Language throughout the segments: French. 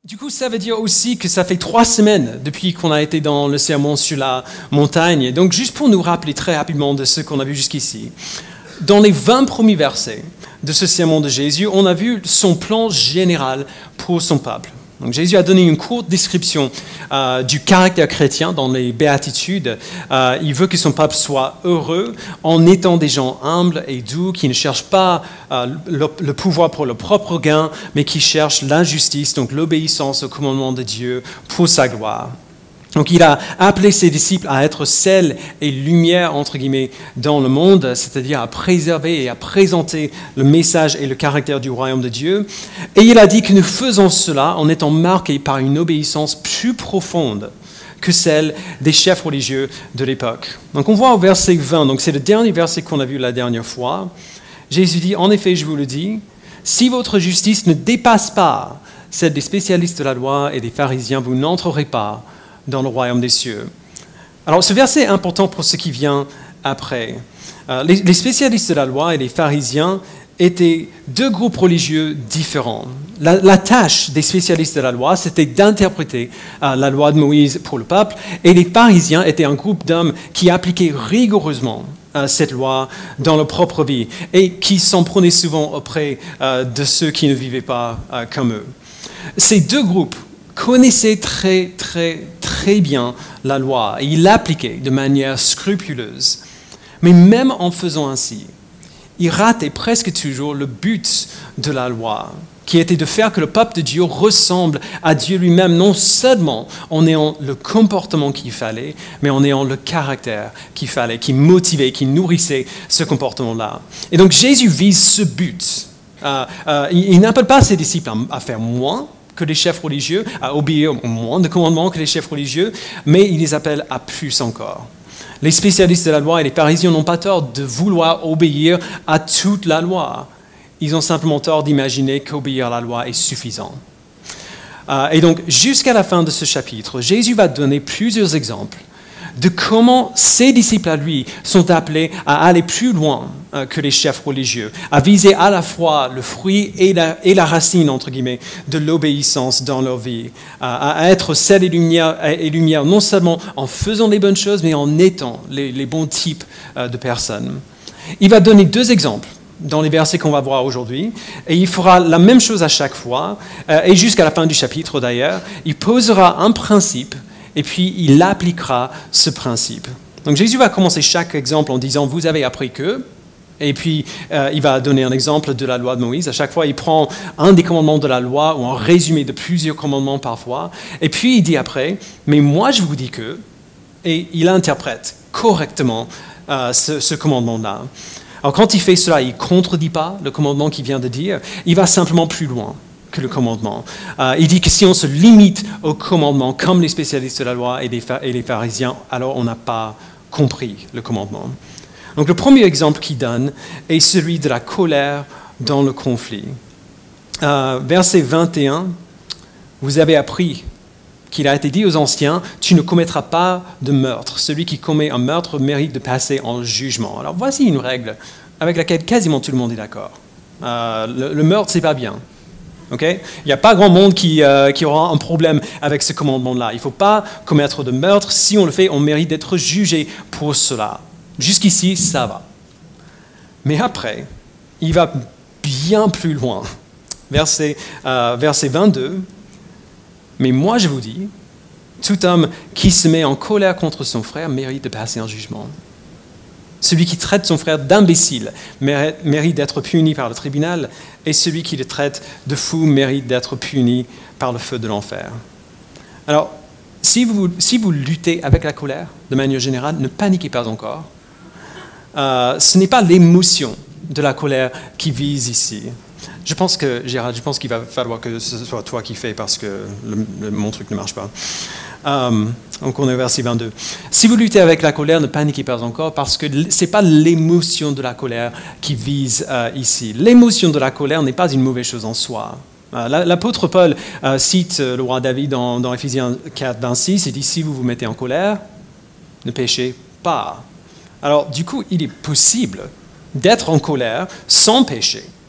Du coup, ça veut dire aussi que ça fait 3 semaines depuis qu'on a été dans le sermon sur la montagne. Donc, juste pour nous rappeler très rapidement de ce qu'on a vu jusqu'ici. Dans les 20 premiers versets de ce sermon de Jésus, on a vu son plan général pour son peuple. Donc, Jésus a donné une courte description du caractère chrétien dans les béatitudes. Il veut que son peuple soit heureux en étant des gens humbles et doux, qui ne cherchent pas le pouvoir pour leur propre gain, mais qui cherchent la justice, donc l'obéissance au commandement de Dieu pour sa gloire. Donc il a appelé ses disciples à être sel et lumière, entre guillemets, dans le monde, c'est-à-dire à préserver et à présenter le message et le caractère du royaume de Dieu. Et il a dit que nous faisons cela en étant marqués par une obéissance plus profonde que celle des chefs religieux de l'époque. Donc on voit au verset 20, donc c'est le dernier verset qu'on a vu la dernière fois. Jésus dit, en effet, je vous le dis, si votre justice ne dépasse pas celle des spécialistes de la loi et des pharisiens, vous n'entrerez pas dans le royaume des cieux. Alors, ce verset est important pour ce qui vient après. Les spécialistes de la loi et les pharisiens étaient deux groupes religieux différents. La tâche des spécialistes de la loi, c'était d'interpréter la loi de Moïse pour le peuple, et les pharisiens étaient un groupe d'hommes qui appliquaient rigoureusement cette loi dans leur propre vie et qui s'en prenaient souvent auprès de ceux qui ne vivaient pas comme eux. Ces deux groupes connaissaient très bien la loi et ils l'appliquaient de manière scrupuleuse. Mais même en faisant ainsi, ils rataient presque toujours le but de la loi, qui était de faire que le peuple de Dieu ressemble à Dieu lui-même, non seulement en ayant le comportement qu'il fallait, mais en ayant le caractère qu'il fallait, qui motivait, qui nourrissait ce comportement-là. Et donc Jésus vise ce but. Il n'appelle pas ses disciples à faire moins que les chefs religieux, à obéir moins de commandements que les chefs religieux, mais il les appelle à plus encore. Les spécialistes de la loi et les pharisiens n'ont pas tort de vouloir obéir à toute la loi. Ils ont simplement tort d'imaginer qu'obéir à la loi est suffisant. Et donc, jusqu'à la fin de ce chapitre, Jésus va donner plusieurs exemples de comment ses disciples à lui sont appelés à aller plus loin que les chefs religieux, à viser à la fois le fruit et la racine, entre guillemets, de l'obéissance dans leur vie, à être sel et lumière, non seulement en faisant les bonnes choses, mais en étant les bons types de personnes. Il va donner 2 exemples dans les versets qu'on va voir aujourd'hui, et il fera la même chose à chaque fois, et jusqu'à la fin du chapitre d'ailleurs. Il posera un principe, et puis il appliquera ce principe. Donc Jésus va commencer chaque exemple en disant « Vous avez appris que », et puis il va donner un exemple de la loi de Moïse. À chaque fois, il prend un des commandements de la loi, ou un résumé de plusieurs commandements parfois, et puis il dit après « Mais moi je vous dis que », et il interprète correctement ce commandement-là. Alors quand il fait cela, il ne contredit pas le commandement qu'il vient de dire, il va simplement plus loin que le commandement. Il dit que si on se limite au commandement, comme les spécialistes de la loi et les pharisiens, alors on n'a pas compris le commandement. Donc le premier exemple qu'il donne est celui de la colère dans le conflit. Verset 21, vous avez appris qu'il a été dit aux anciens, tu ne commettras pas de meurtre. Celui qui commet un meurtre mérite de passer en jugement. Alors voici une règle avec laquelle quasiment tout le monde est d'accord. Le meurtre, c'est pas bien. Okay? Il n'y a pas grand monde qui aura un problème avec ce commandement-là. Il ne faut pas commettre de meurtre. Si on le fait, on mérite d'être jugé pour cela. Jusqu'ici, ça va. Mais après, il va bien plus loin. Verset 22. Mais moi, je vous dis, tout homme qui se met en colère contre son frère mérite de passer en jugement. Celui qui traite son frère d'imbécile mérite d'être puni par le tribunal, et celui qui le traite de fou mérite d'être puni par le feu de l'enfer. Alors, si vous luttez avec la colère, de manière générale, ne paniquez pas encore. Ce n'est pas l'émotion de la colère qui vise ici. Gérald, je pense qu'il va falloir que ce soit toi qui fais parce que mon truc ne marche pas. Donc on est au verset 22. Si vous luttez avec la colère, ne paniquez pas encore parce que ce n'est pas l'émotion de la colère qui vise ici. L'émotion de la colère n'est pas une mauvaise chose en soi. L'apôtre Paul cite le roi David dans Éphésiens 4, 26, il dit « Si vous vous mettez en colère, ne péchez pas ». Alors du coup, il est possible d'être en colère sans pécher.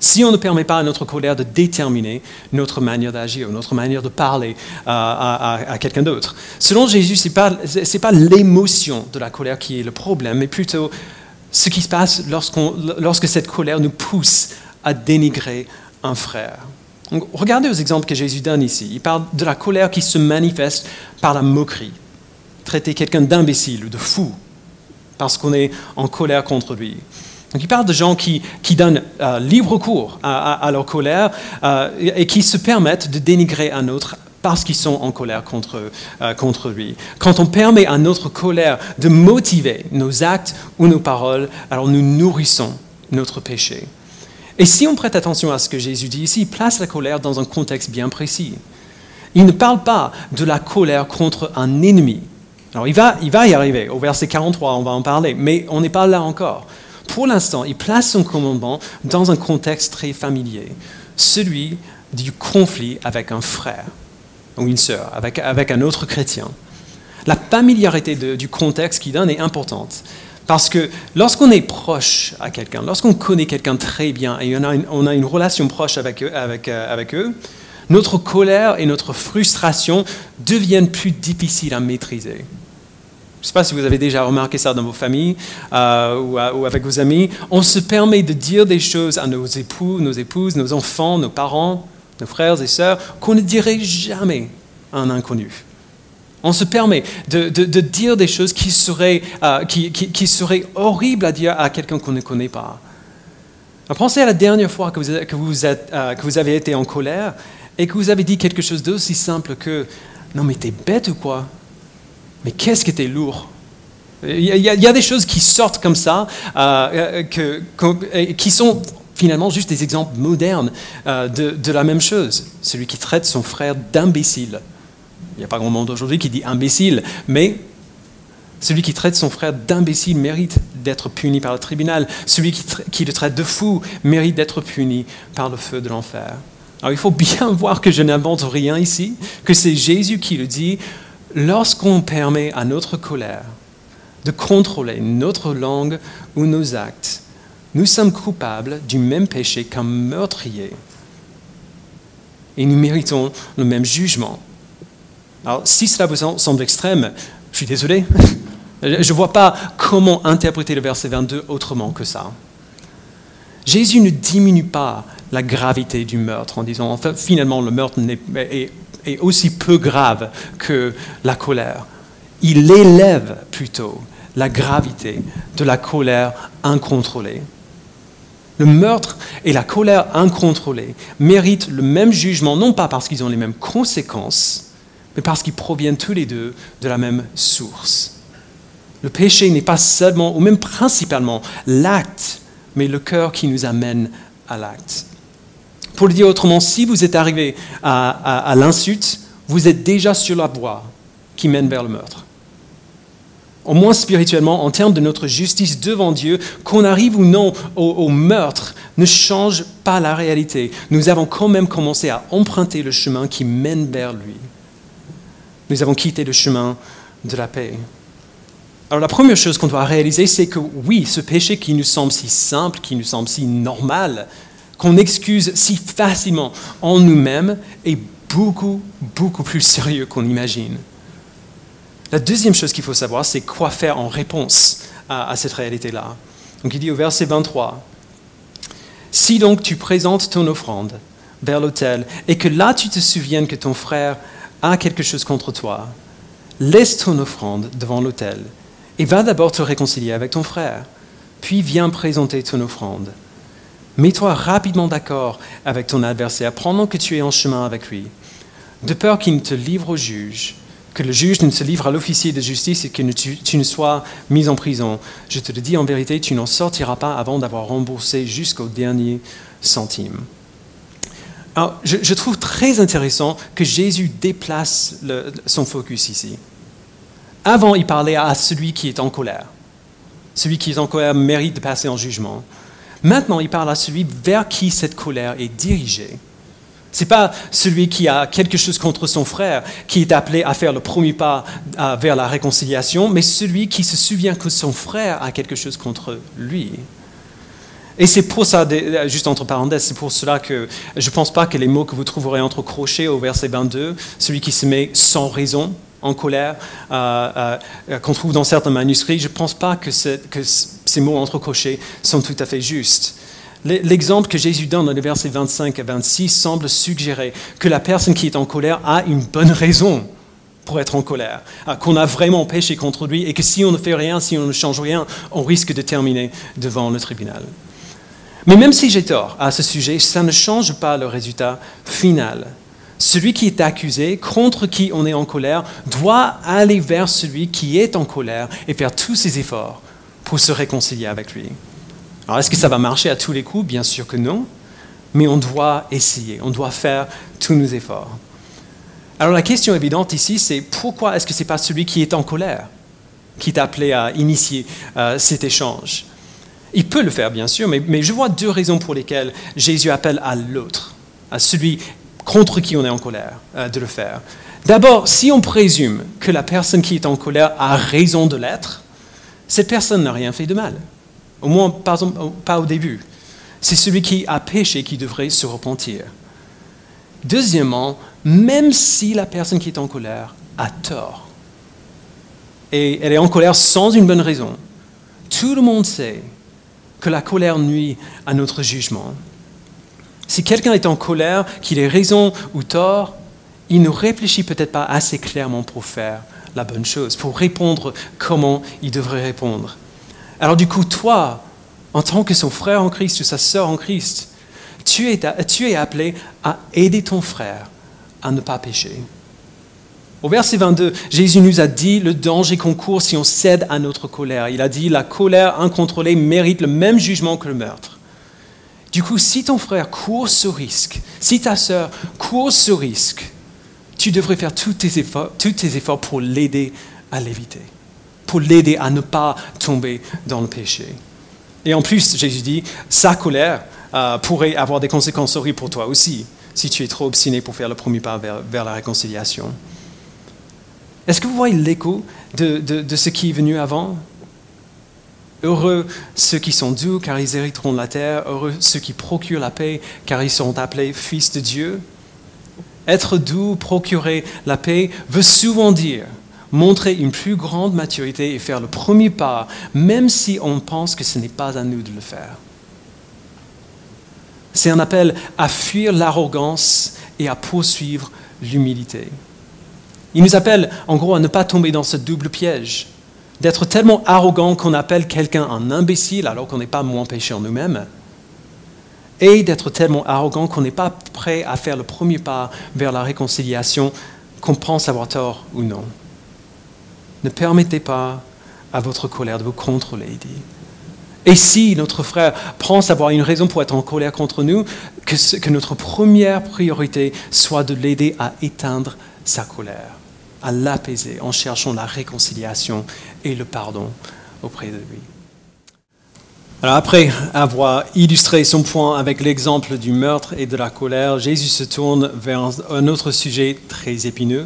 si on ne permet pas à notre colère de déterminer notre manière d'agir, notre manière de parler à quelqu'un d'autre. Selon Jésus, ce n'est pas l'émotion de la colère qui est le problème, mais plutôt ce qui se passe lorsque cette colère nous pousse à dénigrer un frère. Donc, regardez aux exemples que Jésus donne ici. Il parle de la colère qui se manifeste par la moquerie. Traiter quelqu'un d'imbécile ou de fou parce qu'on est en colère contre lui. Donc, il parle de gens qui donnent libre cours à leur colère et qui se permettent de dénigrer un autre parce qu'ils sont en colère contre lui. Quand on permet à notre colère de motiver nos actes ou nos paroles, alors nous nourrissons notre péché. Et si on prête attention à ce que Jésus dit ici, il place la colère dans un contexte bien précis. Il ne parle pas de la colère contre un ennemi. Alors il va y arriver, au verset 43, on va en parler, mais on n'est pas là encore. Pour l'instant, il place son commandement dans un contexte très familier, celui du conflit avec un frère ou une sœur, avec un autre chrétien. La familiarité du contexte qu'il donne est importante, parce que lorsqu'on est proche à quelqu'un, lorsqu'on connaît quelqu'un très bien et on a une relation proche avec eux, notre colère et notre frustration deviennent plus difficiles à maîtriser. Je ne sais pas si vous avez déjà remarqué ça dans vos familles ou avec vos amis. On se permet de dire des choses à nos époux, nos épouses, nos enfants, nos parents, nos frères et sœurs, qu'on ne dirait jamais à un inconnu. On se permet de dire des choses qui seraient horribles à dire à quelqu'un qu'on ne connaît pas. Alors, pensez à la dernière fois que vous avez été en colère et que vous avez dit quelque chose d'aussi simple que « Non mais t'es bête ou quoi ? Mais qu'est-ce que t'es lourd ?» Il y a des choses qui sortent comme ça, qui sont finalement juste des exemples modernes de la même chose. Celui qui traite son frère d'imbécile. Il n'y a pas grand monde aujourd'hui qui dit imbécile, mais celui qui traite son frère d'imbécile mérite d'être puni par le tribunal. Celui qui le traite de fou mérite d'être puni par le feu de l'enfer. Alors il faut bien voir que je n'invente rien ici, que c'est Jésus qui le dit. Lorsqu'on permet à notre colère de contrôler notre langue ou nos actes, nous sommes coupables du même péché qu'un meurtrier. Et nous méritons le même jugement. Alors, si cela vous semble extrême, je suis désolé. Je ne vois pas comment interpréter le verset 22 autrement que ça. Jésus ne diminue pas la gravité du meurtre en disant, enfin, finalement, le meurtre est aussi peu grave que la colère. Il élève plutôt la gravité de la colère incontrôlée. Le meurtre et la colère incontrôlée méritent le même jugement, non pas parce qu'ils ont les mêmes conséquences, mais parce qu'ils proviennent tous les deux de la même source. Le péché n'est pas seulement, ou même principalement, l'acte, mais le cœur qui nous amène à l'acte. Pour le dire autrement, si vous êtes arrivé à l'insulte, vous êtes déjà sur la voie qui mène vers le meurtre. Au moins spirituellement, en termes de notre justice devant Dieu, qu'on arrive ou non au meurtre ne change pas la réalité. Nous avons quand même commencé à emprunter le chemin qui mène vers lui. Nous avons quitté le chemin de la paix. Alors la première chose qu'on doit réaliser, c'est que oui, ce péché qui nous semble si simple, qui nous semble si normal, qu'on excuse si facilement en nous-mêmes, est beaucoup, beaucoup plus sérieux qu'on imagine. La deuxième chose qu'il faut savoir, c'est quoi faire en réponse à cette réalité-là. Donc il dit au verset 23, « Si donc tu présentes ton offrande vers l'autel et que là tu te souviennes que ton frère a quelque chose contre toi, laisse ton offrande devant l'autel et va d'abord te réconcilier avec ton frère, puis viens présenter ton offrande. Mets-toi rapidement d'accord avec ton adversaire pendant que tu es en chemin avec lui, de peur qu'il ne te livre au juge, que le juge ne se livre à l'officier de justice et que tu ne sois mis en prison. Je te le dis en vérité, tu n'en sortiras pas avant d'avoir remboursé jusqu'au dernier centime. » Alors, je trouve très intéressant que Jésus déplace son focus ici. Avant, il parlait à celui qui est en colère. Celui qui est en colère mérite de passer en jugement. Maintenant, il parle à celui vers qui cette colère est dirigée. Ce n'est pas celui qui a quelque chose contre son frère qui est appelé à faire le premier pas vers la réconciliation, mais celui qui se souvient que son frère a quelque chose contre lui. Et c'est pour ça, juste entre parenthèses, c'est pour cela que je ne pense pas que les mots que vous trouverez entre crochets au verset 22, celui qui se met sans raison en colère, qu'on trouve dans certains manuscrits, je ne pense pas que ces mots entre crochets sont tout à fait justes. L'exemple que Jésus donne dans les versets 25 à 26 semble suggérer que la personne qui est en colère a une bonne raison pour être en colère, qu'on a vraiment péché contre lui et que si on ne fait rien, si on ne change rien, on risque de terminer devant le tribunal. Mais même si j'ai tort à ce sujet, ça ne change pas le résultat final. Celui qui est accusé, contre qui on est en colère, doit aller vers celui qui est en colère et faire tous ses efforts pour se réconcilier avec lui. Alors, est-ce que ça va marcher à tous les coups? Bien sûr que non, mais on doit essayer, on doit faire tous nos efforts. Alors, la question évidente ici, c'est pourquoi est-ce que ce n'est pas celui qui est en colère qui est appelé à initier cet échange? Il peut le faire, bien sûr, mais je vois deux raisons pour lesquelles Jésus appelle à l'autre, à celui contre qui on est en colère, de le faire. D'abord, si on présume que la personne qui est en colère a raison de l'être, cette personne n'a rien fait de mal. Au moins, pas au début. C'est celui qui a péché qui devrait se repentir. Deuxièmement, même si la personne qui est en colère a tort, et elle est en colère sans une bonne raison, tout le monde sait que la colère nuit à notre jugement. Si quelqu'un est en colère, qu'il ait raison ou tort, il ne réfléchit peut-être pas assez clairement pour faire la bonne chose, pour répondre comment il devrait répondre. Alors du coup, toi, en tant que son frère en Christ ou sa sœur en Christ, tu es appelé à aider ton frère à ne pas pécher. Au verset 22, Jésus nous a dit le danger qu'on court si on cède à notre colère. Il a dit la colère incontrôlée mérite le même jugement que le meurtre. Du coup, si ton frère court ce risque, si ta sœur court ce risque, tu devrais faire tous tes efforts pour l'aider à l'éviter, pour l'aider à ne pas tomber dans le péché. Et en plus, Jésus dit, sa colère pourrait avoir des conséquences horribles pour toi aussi, si tu es trop obstiné pour faire le premier pas vers la réconciliation. Est-ce que vous voyez l'écho de ce qui est venu avant? Heureux ceux qui sont doux, car ils hériteront de la terre. Heureux ceux qui procurent la paix, car ils seront appelés fils de Dieu. Être doux, procurer la paix, veut souvent dire montrer une plus grande maturité et faire le premier pas, même si on pense que ce n'est pas à nous de le faire. C'est un appel à fuir l'arrogance et à poursuivre l'humilité. Il nous appelle, en gros, à ne pas tomber dans ce double piège, d'être tellement arrogant qu'on appelle quelqu'un un imbécile alors qu'on n'est pas moins pécheur nous-mêmes, et d'être tellement arrogant qu'on n'est pas prêt à faire le premier pas vers la réconciliation, qu'on pense avoir tort ou non. Ne permettez pas à votre colère de vous contrôler, il dit. Et si notre frère pense avoir une raison pour être en colère contre nous, que notre première priorité soit de l'aider à éteindre sa colère, à l'apaiser en cherchant la réconciliation et le pardon auprès de lui. Alors après avoir illustré son point avec l'exemple du meurtre et de la colère, Jésus se tourne vers un autre sujet très épineux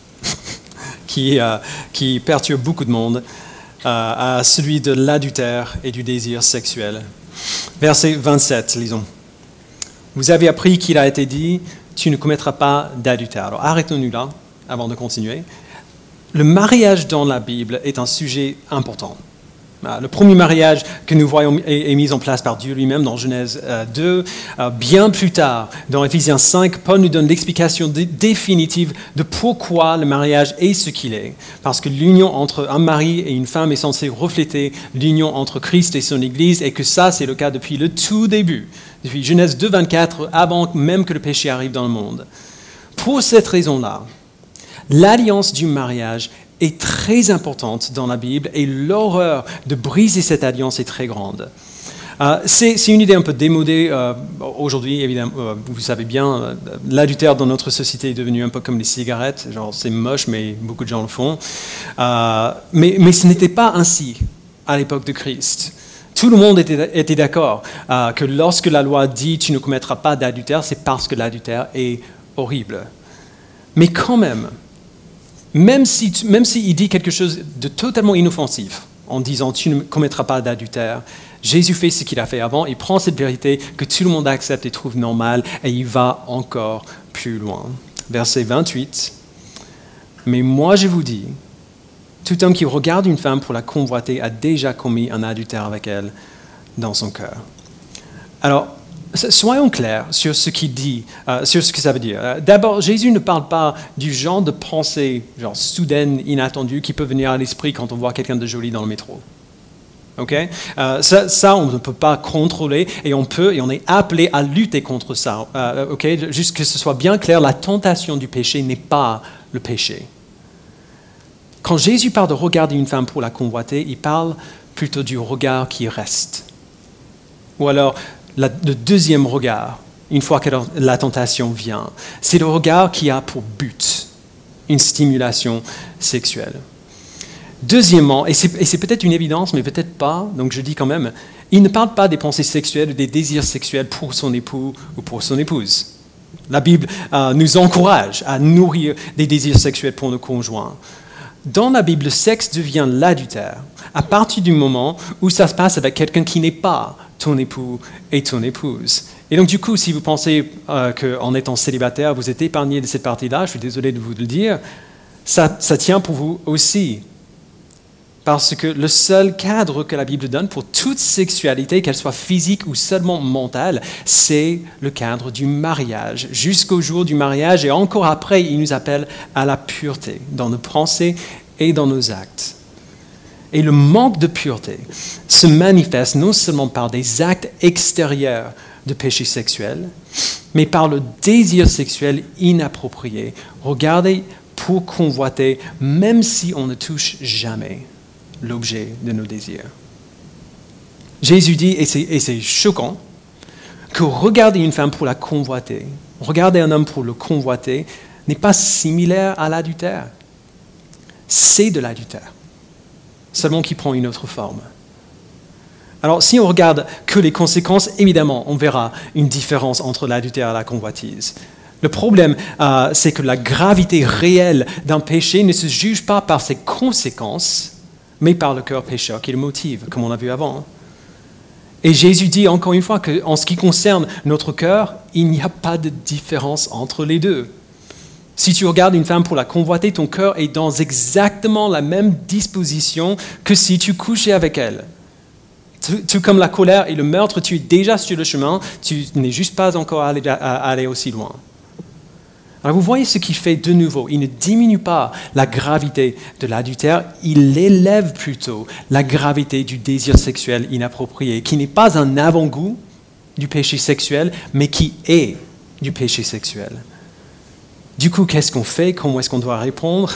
qui perturbe beaucoup de monde, à celui de l'adultère et du désir sexuel. Verset 27, lisons. Vous avez appris qu'il a été dit, tu ne commettras pas d'adultère. Alors arrêtons-nous là, avant de continuer. Le mariage dans la Bible est un sujet important. Le premier mariage que nous voyons est mis en place par Dieu lui-même dans Genèse 2. Bien plus tard, dans Éphésiens 5, Paul nous donne l'explication définitive de pourquoi le mariage est ce qu'il est. Parce que l'union entre un mari et une femme est censée refléter l'union entre Christ et son Église, et que ça, c'est le cas depuis le tout début, depuis Genèse 2, 24, avant même que le péché arrive dans le monde. Pour cette raison-là, l'alliance du mariage est très importante dans la Bible et l'horreur de briser cette alliance est très grande. C'est une idée un peu démodée aujourd'hui, évidemment, vous savez bien, l'adultère dans notre société est devenu un peu comme les cigarettes, genre c'est moche mais beaucoup de gens le font. Mais ce n'était pas ainsi à l'époque de Christ. Tout le monde était d'accord que lorsque la loi dit « tu ne commettras pas d'adultère », c'est parce que l'adultère est horrible. Mais quand même s'il dit quelque chose de totalement inoffensif, en disant « tu ne commettras pas d'adultère », Jésus fait ce qu'il a fait avant, il prend cette vérité que tout le monde accepte et trouve normale, et il va encore plus loin. Verset 28. Mais moi je vous dis, tout homme qui regarde une femme pour la convoiter a déjà commis un adultère avec elle dans son cœur. Alors, soyons clairs sur ce qu'il dit, sur ce que ça veut dire. D'abord, Jésus ne parle pas du genre de pensée soudaine, inattendue, qui peut venir à l'esprit quand on voit quelqu'un de joli dans le métro. Okay? Ça, on ne peut pas contrôler et on est appelé à lutter contre ça. Okay? Juste que ce soit bien clair, la tentation du péché n'est pas le péché. Quand Jésus parle de regarder une femme pour la convoiter, il parle plutôt du regard qui reste. Ou alors, le deuxième regard, une fois que la tentation vient, c'est le regard qui a pour but une stimulation sexuelle. Deuxièmement, et c'est peut-être une évidence, mais peut-être pas, donc je dis quand même, il ne parle pas des pensées sexuelles ou des désirs sexuels pour son époux ou pour son épouse. La Bible nous encourage à nourrir des désirs sexuels pour nos conjoints. Dans la Bible, le sexe devient l'adultère à partir du moment où ça se passe avec quelqu'un qui n'est pas ton époux et ton épouse. Et donc du coup, si vous pensez qu'en étant célibataire, vous êtes épargné de cette partie-là, je suis désolé de vous le dire, ça tient pour vous aussi. Parce que le seul cadre que la Bible donne pour toute sexualité, qu'elle soit physique ou seulement mentale, c'est le cadre du mariage. Jusqu'au jour du mariage et encore après, il nous appelle à la pureté dans nos pensées et dans nos actes. Et le manque de pureté se manifeste non seulement par des actes extérieurs de péché sexuel, mais par le désir sexuel inapproprié. Regardez pour convoiter, même si on ne touche jamais l'objet de nos désirs. Jésus dit, et c'est choquant, que regarder une femme pour la convoiter, regarder un homme pour le convoiter, n'est pas similaire à l'adultère. C'est de l'adultère, seulement qui prend une autre forme. Alors, si on regarde que les conséquences, évidemment, on verra une différence entre l'adultère et la convoitise. Le problème, c'est que la gravité réelle d'un péché ne se juge pas par ses conséquences, mais par le cœur pécheur qui le motive, comme on a vu avant. Et Jésus dit encore une fois qu'en ce qui concerne notre cœur, il n'y a pas de différence entre les deux. Si tu regardes une femme pour la convoiter, ton cœur est dans exactement la même disposition que si tu couchais avec elle. Tout comme la colère et le meurtre, tu es déjà sur le chemin, tu n'es juste pas encore allé aussi loin. Alors vous voyez ce qu'il fait de nouveau. Il ne diminue pas la gravité de l'adultère, il élève plutôt la gravité du désir sexuel inapproprié, qui n'est pas un avant-goût du péché sexuel, mais qui est du péché sexuel. Du coup, qu'est-ce qu'on fait? Comment est-ce qu'on doit répondre?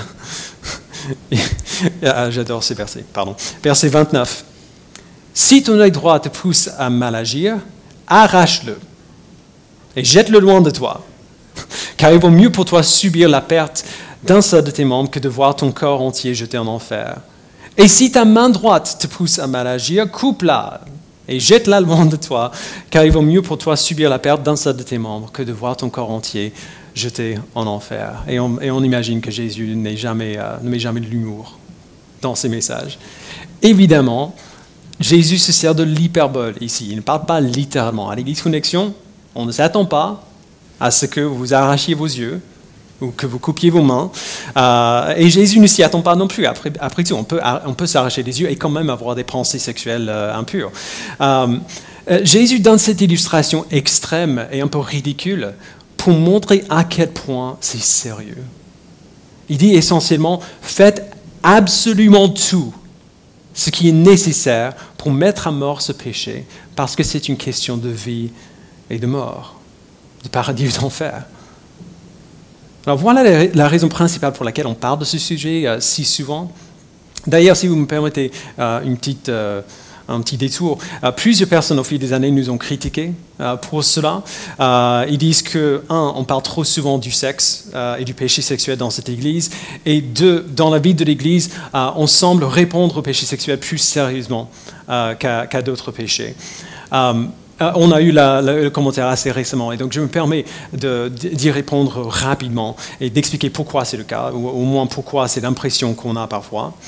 J'adore ces versets, pardon. Verset 29. Si ton œil droit te pousse à mal agir, arrache-le et jette-le loin de toi. Car il vaut mieux pour toi subir la perte d'un seul de tes membres que de voir ton corps entier jeté en enfer. Et si ta main droite te pousse à mal agir, coupe-la et jette-la loin de toi, car il vaut mieux pour toi subir la perte d'un seul de tes membres que de voir ton corps entier jeté en enfer. Et on imagine que Jésus ne met jamais de l'humour dans ses messages. Évidemment, Jésus se sert de l'hyperbole ici. Il ne parle pas littéralement. À l'Église Connexion, on ne s'attend pas à ce que vous arrachiez vos yeux ou que vous coupiez vos mains. Et Jésus ne s'y attend pas non plus. Après tout, on peut s'arracher les yeux et quand même avoir des pensées sexuelles impures. Jésus donne cette illustration extrême et un peu ridicule pour montrer à quel point c'est sérieux. Il dit essentiellement, faites absolument tout ce qui est nécessaire pour mettre à mort ce péché, parce que c'est une question de vie et de mort, de paradis ou d'enfer. Alors voilà la raison principale pour laquelle on parle de ce sujet si souvent. D'ailleurs, si vous me permettez un petit détour, plusieurs personnes au fil des années nous ont critiqués pour cela. Ils disent que, on parle trop souvent du sexe et du péché sexuel dans cette église, et deux, dans la vie de l'église, on semble répondre au péché sexuel plus sérieusement qu'à d'autres péchés. On a eu le commentaire assez récemment, et donc je me permets d'y répondre rapidement et d'expliquer pourquoi c'est le cas, ou au moins pourquoi c'est l'impression qu'on a parfois.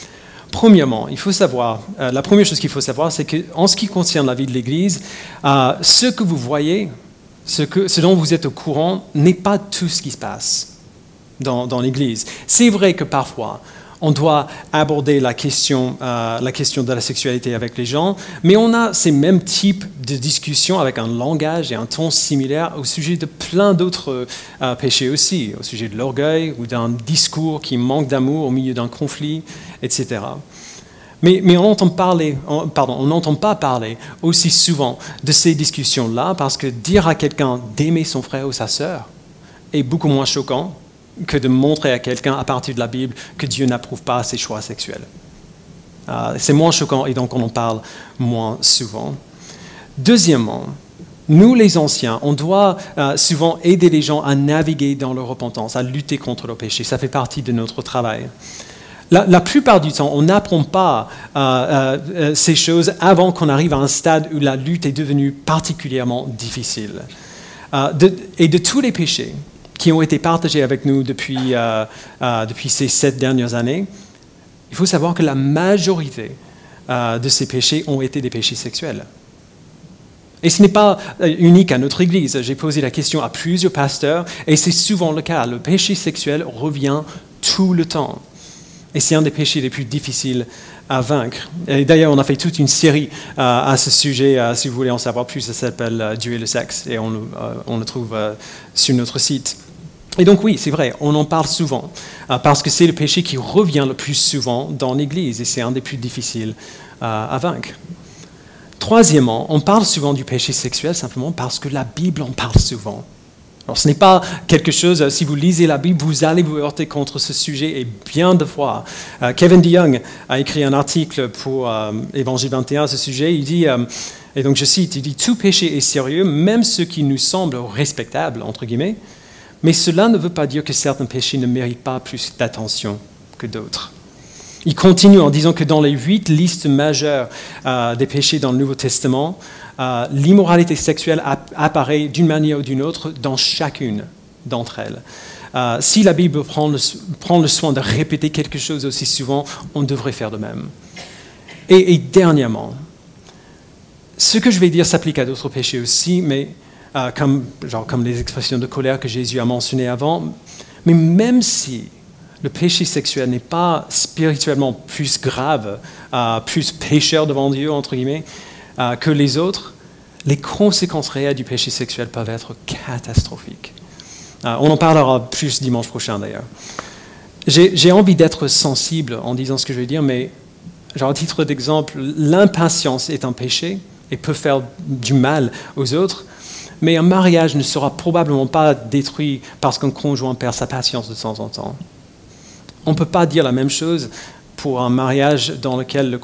Premièrement, il faut savoir, la première chose qu'il faut savoir, c'est qu'en ce qui concerne la vie de l'Église, ce que vous voyez, ce dont vous êtes au courant, n'est pas tout ce qui se passe dans l'Église. C'est vrai que parfois, on doit aborder la question de la sexualité avec les gens, mais on a ces mêmes types de discussions avec un langage et un ton similaire au sujet de plein d'autres péchés aussi, au sujet de l'orgueil ou d'un discours qui manque d'amour au milieu d'un conflit, etc. Mais on n'entend pas parler aussi souvent de ces discussions-là parce que dire à quelqu'un d'aimer son frère ou sa sœur est beaucoup moins choquant que de montrer à quelqu'un à partir de la Bible que Dieu n'approuve pas ses choix sexuels. C'est moins choquant et donc on en parle moins souvent. Deuxièmement, nous les anciens, on doit souvent aider les gens à naviguer dans leur repentance, à lutter contre leur péché. Ça fait partie de notre travail. La plupart du temps, on n'apprend pas ces choses avant qu'on arrive à un stade où la lutte est devenue particulièrement difficile. Et de tous les péchés qui ont été partagés avec nous depuis ces 7 dernières années, il faut savoir que la majorité de ces péchés ont été des péchés sexuels. Et ce n'est pas unique à notre Église. J'ai posé la question à plusieurs pasteurs et c'est souvent le cas. Le péché sexuel revient tout le temps. Et c'est un des péchés les plus difficiles à vaincre. Et d'ailleurs, on a fait toute une série à ce sujet. Si vous voulez en savoir plus, ça s'appelle Dieu et le sexe. Et on le trouve sur notre site. Et donc oui, c'est vrai, on en parle souvent, parce que c'est le péché qui revient le plus souvent dans l'Église, et c'est un des plus difficiles à vaincre. Troisièmement, on parle souvent du péché sexuel simplement parce que la Bible en parle souvent. Alors ce n'est pas quelque chose, si vous lisez la Bible, vous allez vous heurter contre ce sujet, et bien de fois. Kevin DeYoung a écrit un article pour Évangile 21 à ce sujet, il dit, et donc je cite, il dit « Tout péché est sérieux, même ce qui nous semble respectable, entre guillemets, mais cela ne veut pas dire que certains péchés ne méritent pas plus d'attention que d'autres. » Il continue en disant que dans les 8 listes majeures des péchés dans le Nouveau Testament, l'immoralité sexuelle apparaît d'une manière ou d'une autre dans chacune d'entre elles. Si la Bible prend le soin de répéter quelque chose aussi souvent, on devrait faire de même. Et dernièrement, ce que je vais dire s'applique à d'autres péchés aussi, mais comme les expressions de colère que Jésus a mentionnées avant. Mais même si le péché sexuel n'est pas spirituellement plus grave, plus pécheur devant Dieu, entre guillemets, que les autres, les conséquences réelles du péché sexuel peuvent être catastrophiques. On en parlera plus dimanche prochain d'ailleurs. J'ai envie d'être sensible en disant ce que je vais dire, mais à titre d'exemple, l'impatience est un péché et peut faire du mal aux autres. Mais un mariage ne sera probablement pas détruit parce qu'un conjoint perd sa patience de temps en temps. On ne peut pas dire la même chose pour un mariage dans lequel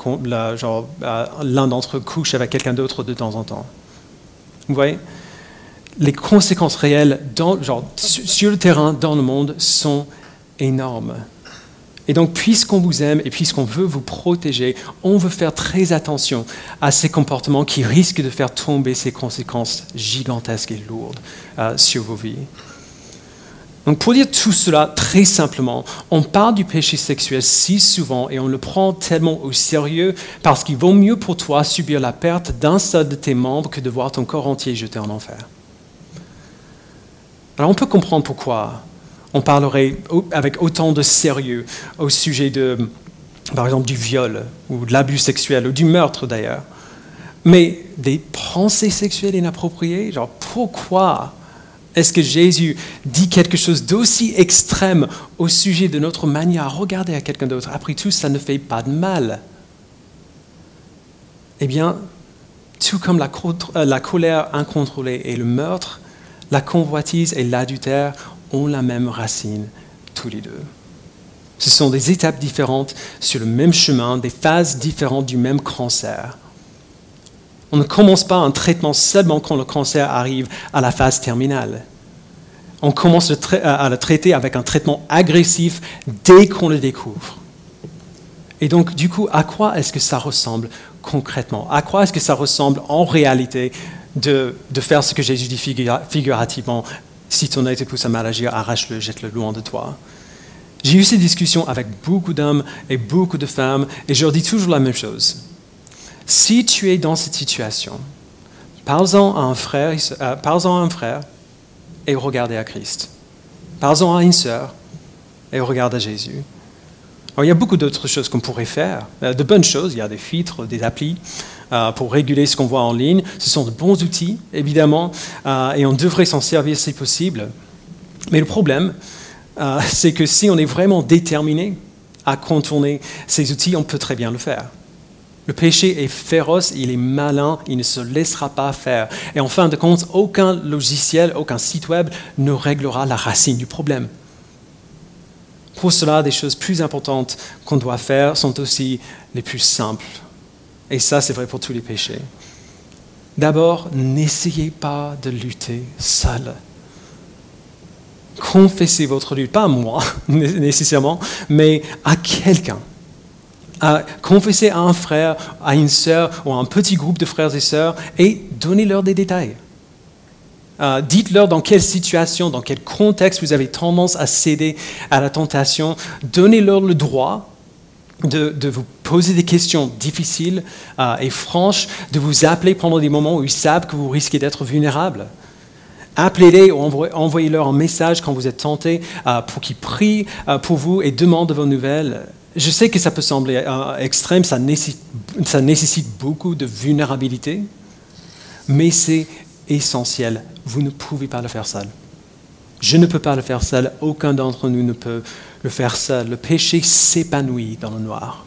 l'un d'entre eux couche avec quelqu'un d'autre de temps en temps. Vous voyez ? Les conséquences réelles sur le terrain, dans le monde, sont énormes. Et donc, puisqu'on vous aime et puisqu'on veut vous protéger, on veut faire très attention à ces comportements qui risquent de faire tomber ces conséquences gigantesques et lourdes sur vos vies. Donc, pour dire tout cela très simplement, on parle du péché sexuel si souvent et on le prend tellement au sérieux parce qu'il vaut mieux pour toi subir la perte d'un seul de tes membres que de voir ton corps entier jeté en enfer. Alors, on peut comprendre pourquoi on parlerait avec autant de sérieux au sujet par exemple, du viol, ou de l'abus sexuel, ou du meurtre d'ailleurs. Mais des pensées sexuelles inappropriées, pourquoi est-ce que Jésus dit quelque chose d'aussi extrême au sujet de notre manière à regarder à quelqu'un d'autre? Après tout, ça ne fait pas de mal. Eh bien, tout comme la colère incontrôlée et le meurtre, la convoitise et l'adultère ont la même racine, tous les deux. Ce sont des étapes différentes sur le même chemin, des phases différentes du même cancer. On ne commence pas un traitement seulement quand le cancer arrive à la phase terminale. On commence à le traiter avec un traitement agressif dès qu'on le découvre. Et donc, du coup, à quoi est-ce que ça ressemble concrètement? À quoi est-ce que ça ressemble en réalité de faire ce que Jésus dit figurativement? Si ton œil te pousse à mal agir, arrache-le, jette-le loin de toi. J'ai eu ces discussions avec beaucoup d'hommes et beaucoup de femmes, et je leur dis toujours la même chose. Si tu es dans cette situation, parle-en à un frère et regardez à Christ. Parle-en à une sœur et regarde à Jésus. Alors, il y a beaucoup d'autres choses qu'on pourrait faire, de bonnes choses. Il y a des filtres, des applis pour réguler ce qu'on voit en ligne. Ce sont de bons outils, évidemment, et on devrait s'en servir si possible. Mais le problème, c'est que si on est vraiment déterminé à contourner ces outils, on peut très bien le faire. Le péché est féroce, il est malin, il ne se laissera pas faire. Et en fin de compte, aucun logiciel, aucun site web ne réglera la racine du problème. Pour cela, des choses plus importantes qu'on doit faire sont aussi les plus simples. Et ça, c'est vrai pour tous les péchés. D'abord, n'essayez pas de lutter seul. Confessez votre lutte, pas à moi nécessairement, mais à quelqu'un. Confessez à un frère, à une sœur ou à un petit groupe de frères et sœurs et donnez-leur des détails. Dites-leur dans quelle situation, dans quel contexte vous avez tendance à céder à la tentation. Donnez-leur le droit de vous poser des questions difficiles et franches, de vous appeler pendant des moments où ils savent que vous risquez d'être vulnérable. Appelez-les ou envoyez-leur un message quand vous êtes tenté pour qu'ils prient pour vous et demandent de vos nouvelles. Je sais que ça peut sembler extrême, ça nécessite beaucoup de vulnérabilité, mais c'est essentiel. Vous ne pouvez pas le faire seul. Je ne peux pas le faire seul. Aucun d'entre nous ne peut le faire seul. Le péché s'épanouit dans le noir.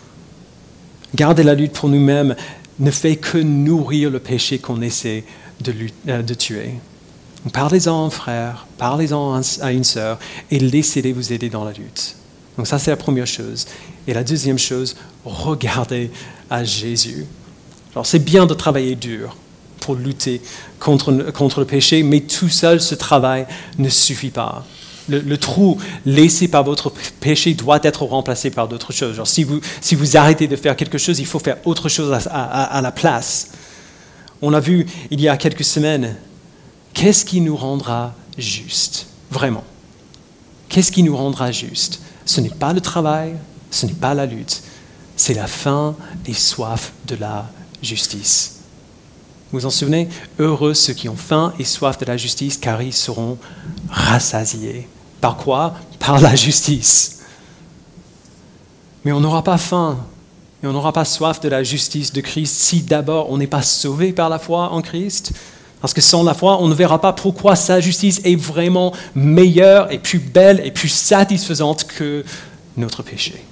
Garder la lutte pour nous-mêmes ne fait que nourrir le péché qu'on essaie de tuer. Parlez-en à un frère, parlez-en à une sœur et laissez-les vous aider dans la lutte. Donc ça, c'est la première chose. Et la deuxième chose, regardez à Jésus. Alors, c'est bien de travailler dur pour lutter contre le péché, mais tout seul, ce travail ne suffit pas. Le trou laissé par votre péché doit être remplacé par d'autres choses. Genre, si vous arrêtez de faire quelque chose, il faut faire autre chose à la place. On l'a vu il y a quelques semaines. Qu'est-ce qui nous rendra juste, vraiment? Qu'est-ce qui nous rendra juste? Ce n'est pas le travail, ce n'est pas la lutte, c'est la faim et soif de la justice. Vous vous en souvenez? Heureux ceux qui ont faim et soif de la justice, car ils seront rassasiés. Par quoi? Par la justice. Mais on n'aura pas faim et on n'aura pas soif de la justice de Christ si d'abord on n'est pas sauvé par la foi en Christ. Parce que sans la foi, on ne verra pas pourquoi sa justice est vraiment meilleure et plus belle et plus satisfaisante que notre péché.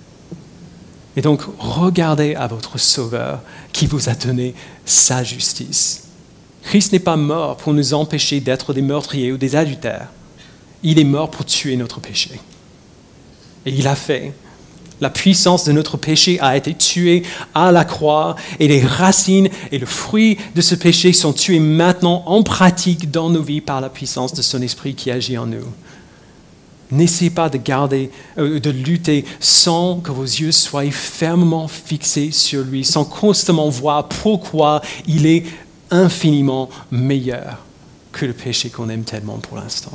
Et donc, regardez à votre Sauveur qui vous a donné sa justice. Christ n'est pas mort pour nous empêcher d'être des meurtriers ou des adultères. Il est mort pour tuer notre péché. Et il l'a fait. La puissance de notre péché a été tuée à la croix et les racines et le fruit de ce péché sont tués maintenant en pratique dans nos vies par la puissance de son esprit qui agit en nous. N'essayez pas de lutter sans que vos yeux soient fermement fixés sur lui, sans constamment voir pourquoi il est infiniment meilleur que le péché qu'on aime tellement pour l'instant.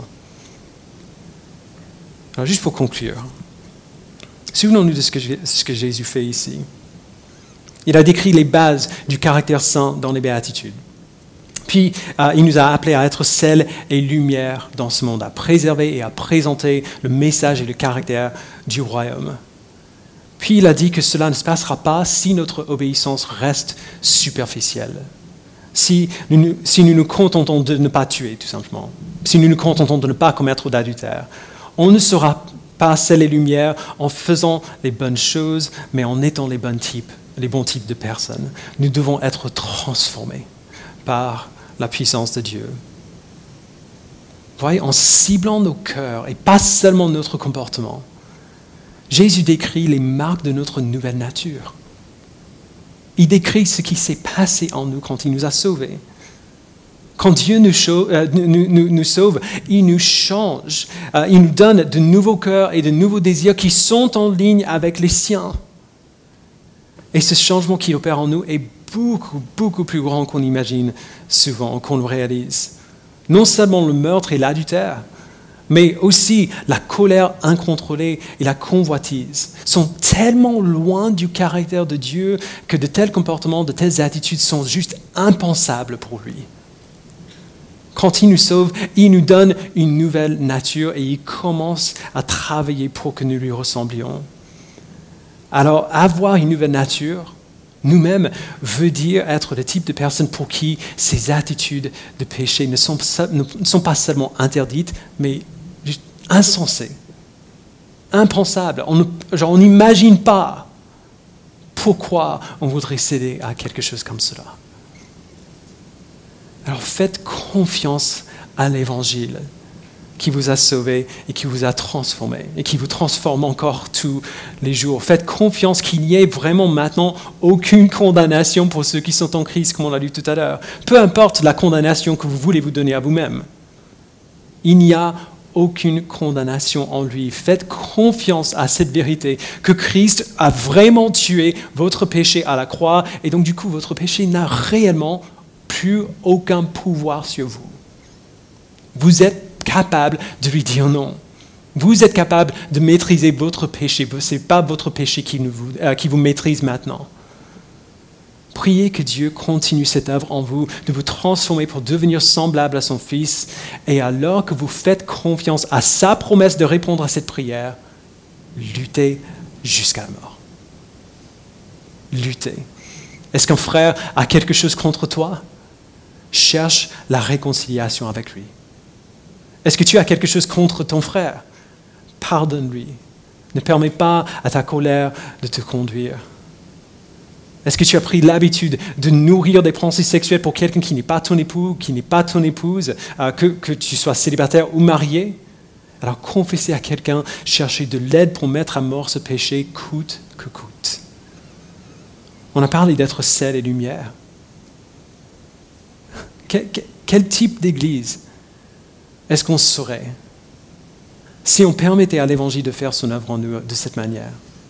Alors juste pour conclure, souvenons-nous de ce que Jésus fait ici. Il a décrit les bases du caractère saint dans les béatitudes. Puis, il nous a appelés à être sel et lumière dans ce monde, à préserver et à présenter le message et le caractère du royaume. Puis, il a dit que cela ne se passera pas si notre obéissance reste superficielle. Si nous nous contentons de ne pas tuer, tout simplement. Si nous nous contentons de ne pas commettre d'adultère. On ne sera pas sel et lumière en faisant les bonnes choses, mais en étant les bons types de personnes. Nous devons être transformés par la puissance de Dieu. Vous voyez, en ciblant nos cœurs et pas seulement notre comportement, Jésus décrit les marques de notre nouvelle nature. Il décrit ce qui s'est passé en nous quand il nous a sauvés. Quand Dieu nous sauve, il nous change. Il nous donne de nouveaux cœurs et de nouveaux désirs qui sont en ligne avec les siens. Et ce changement qu'il opère en nous est beaucoup, beaucoup plus grand qu'on imagine souvent, qu'on le réalise. Non seulement le meurtre et l'adultère, mais aussi la colère incontrôlée et la convoitise sont tellement loin du caractère de Dieu que de tels comportements, de telles attitudes sont juste impensables pour lui. Quand il nous sauve, il nous donne une nouvelle nature et il commence à travailler pour que nous lui ressemblions. Alors, avoir une nouvelle nature, nous-mêmes, veut dire être le type de personne pour qui ces attitudes de péché ne sont pas seulement interdites, mais juste insensées, impensables. On n'imagine pas pourquoi on voudrait céder à quelque chose comme cela. Alors faites confiance à l'Évangile qui vous a sauvé et qui vous a transformé et qui vous transforme encore tous les jours. Faites confiance qu'il n'y ait vraiment maintenant aucune condamnation pour ceux qui sont en Christ, comme on l'a lu tout à l'heure. Peu importe la condamnation que vous voulez vous donner à vous-même. Il n'y a aucune condamnation en lui. Faites confiance à cette vérité que Christ a vraiment tué votre péché à la croix et donc du coup votre péché n'a réellement plus aucun pouvoir sur vous. Vous êtes capable de lui dire non. Vous êtes capable de maîtriser votre péché. Ce n'est pas votre péché qui vous maîtrise maintenant. Priez que Dieu continue cette œuvre en vous, de vous transformer pour devenir semblable à son Fils. Et alors que vous faites confiance à sa promesse de répondre à cette prière, luttez jusqu'à la mort. Luttez. Est-ce qu'un frère a quelque chose contre toi? Cherche la réconciliation avec lui. Est-ce que tu as quelque chose contre ton frère? Pardonne-lui. Ne permets pas à ta colère de te conduire. Est-ce que tu as pris l'habitude de nourrir des pensées sexuelles pour quelqu'un qui n'est pas ton époux, qui n'est pas ton épouse, que tu sois célibataire ou marié? Alors confessez à quelqu'un, cherchez de l'aide pour mettre à mort ce péché coûte que coûte. On a parlé d'être sel et lumière. Quel type d'église est-ce qu'on serait si on permettait à l'Évangile de faire son œuvre en nous de cette manière?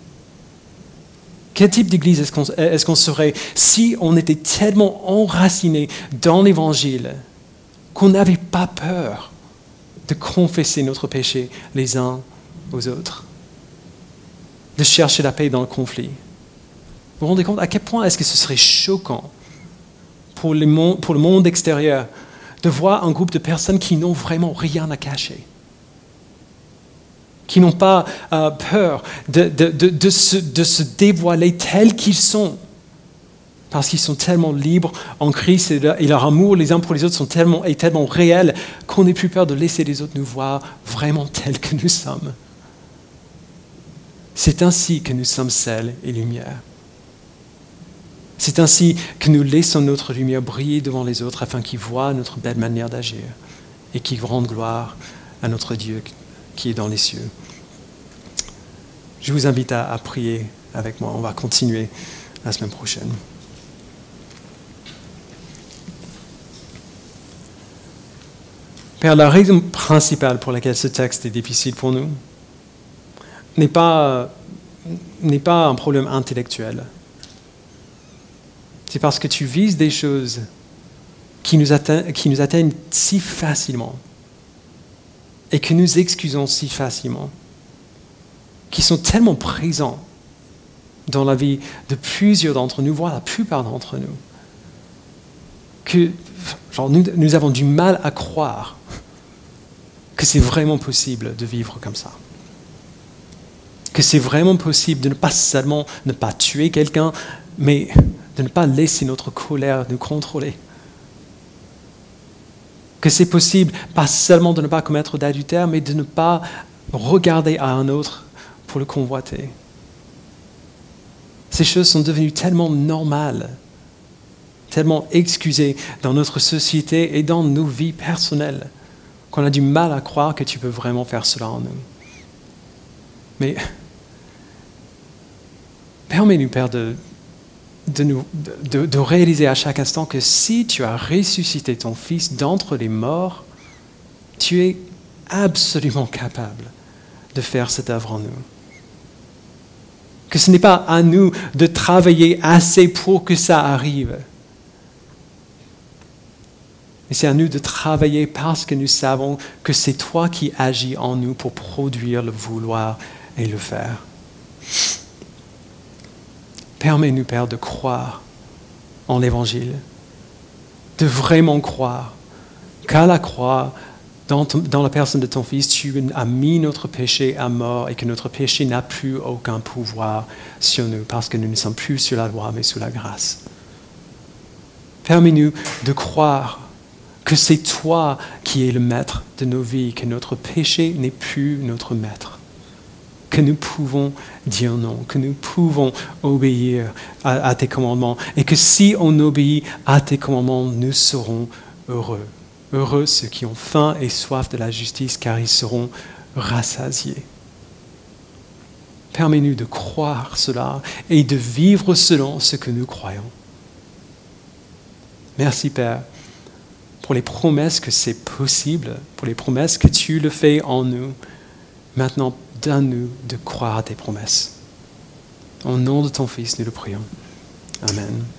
Quel type d'église est-ce qu'on serait si on était tellement enraciné dans l'Évangile qu'on n'avait pas peur de confesser notre péché les uns aux autres, de chercher la paix dans le conflit? Vous vous rendez compte à quel point est-ce que ce serait choquant pour le monde extérieur de voir un groupe de personnes qui n'ont vraiment rien à cacher, qui n'ont pas peur de se dévoiler tels qu'ils sont, parce qu'ils sont tellement libres en Christ et leur amour les uns pour les autres est tellement réel qu'on n'ait plus peur de laisser les autres nous voir vraiment tels que nous sommes. C'est ainsi que nous sommes sel et lumière. C'est ainsi que nous laissons notre lumière briller devant les autres afin qu'ils voient notre belle manière d'agir et qu'ils rendent gloire à notre Dieu qui est dans les cieux. Je vous invite à prier avec moi. On va continuer la semaine prochaine. Père, la raison principale pour laquelle ce texte est difficile pour nous n'est pas un problème intellectuel. C'est parce que tu vises des choses qui nous atteignent si facilement et que nous excusons si facilement, qui sont tellement présents dans la vie de plusieurs d'entre nous, voire la plupart d'entre nous, que nous avons du mal à croire que c'est vraiment possible de vivre comme ça. Que c'est vraiment possible de ne pas seulement ne pas tuer quelqu'un, mais de ne pas laisser notre colère nous contrôler. Que c'est possible, pas seulement de ne pas commettre d'adultère, mais de ne pas regarder à un autre pour le convoiter. Ces choses sont devenues tellement normales, tellement excusées dans notre société et dans nos vies personnelles, qu'on a du mal à croire que tu peux vraiment faire cela en nous. Mais permets-nous, Père, de réaliser à chaque instant que si tu as ressuscité ton Fils d'entre les morts, tu es absolument capable de faire cette œuvre en nous. Que ce n'est pas à nous de travailler assez pour que ça arrive. Et c'est à nous de travailler parce que nous savons que c'est toi qui agis en nous pour produire le vouloir et le faire. Permets-nous, Père, de croire en l'Évangile, de vraiment croire qu'à la croix, dans la personne de ton Fils, tu as mis notre péché à mort et que notre péché n'a plus aucun pouvoir sur nous parce que nous ne sommes plus sous la loi mais sous la grâce. Permets-nous de croire que c'est toi qui es le maître de nos vies, que notre péché n'est plus notre maître, que nous pouvons dire non, que nous pouvons obéir à tes commandements et que si on obéit à tes commandements, nous serons heureux. Heureux ceux qui ont faim et soif de la justice, car ils seront rassasiés. Permets-nous de croire cela et de vivre selon ce que nous croyons. Merci, Père, pour les promesses que c'est possible, pour les promesses que tu le fais en nous. Maintenant, donne-nous de croire à tes promesses. Au nom de ton Fils, nous le prions. Amen.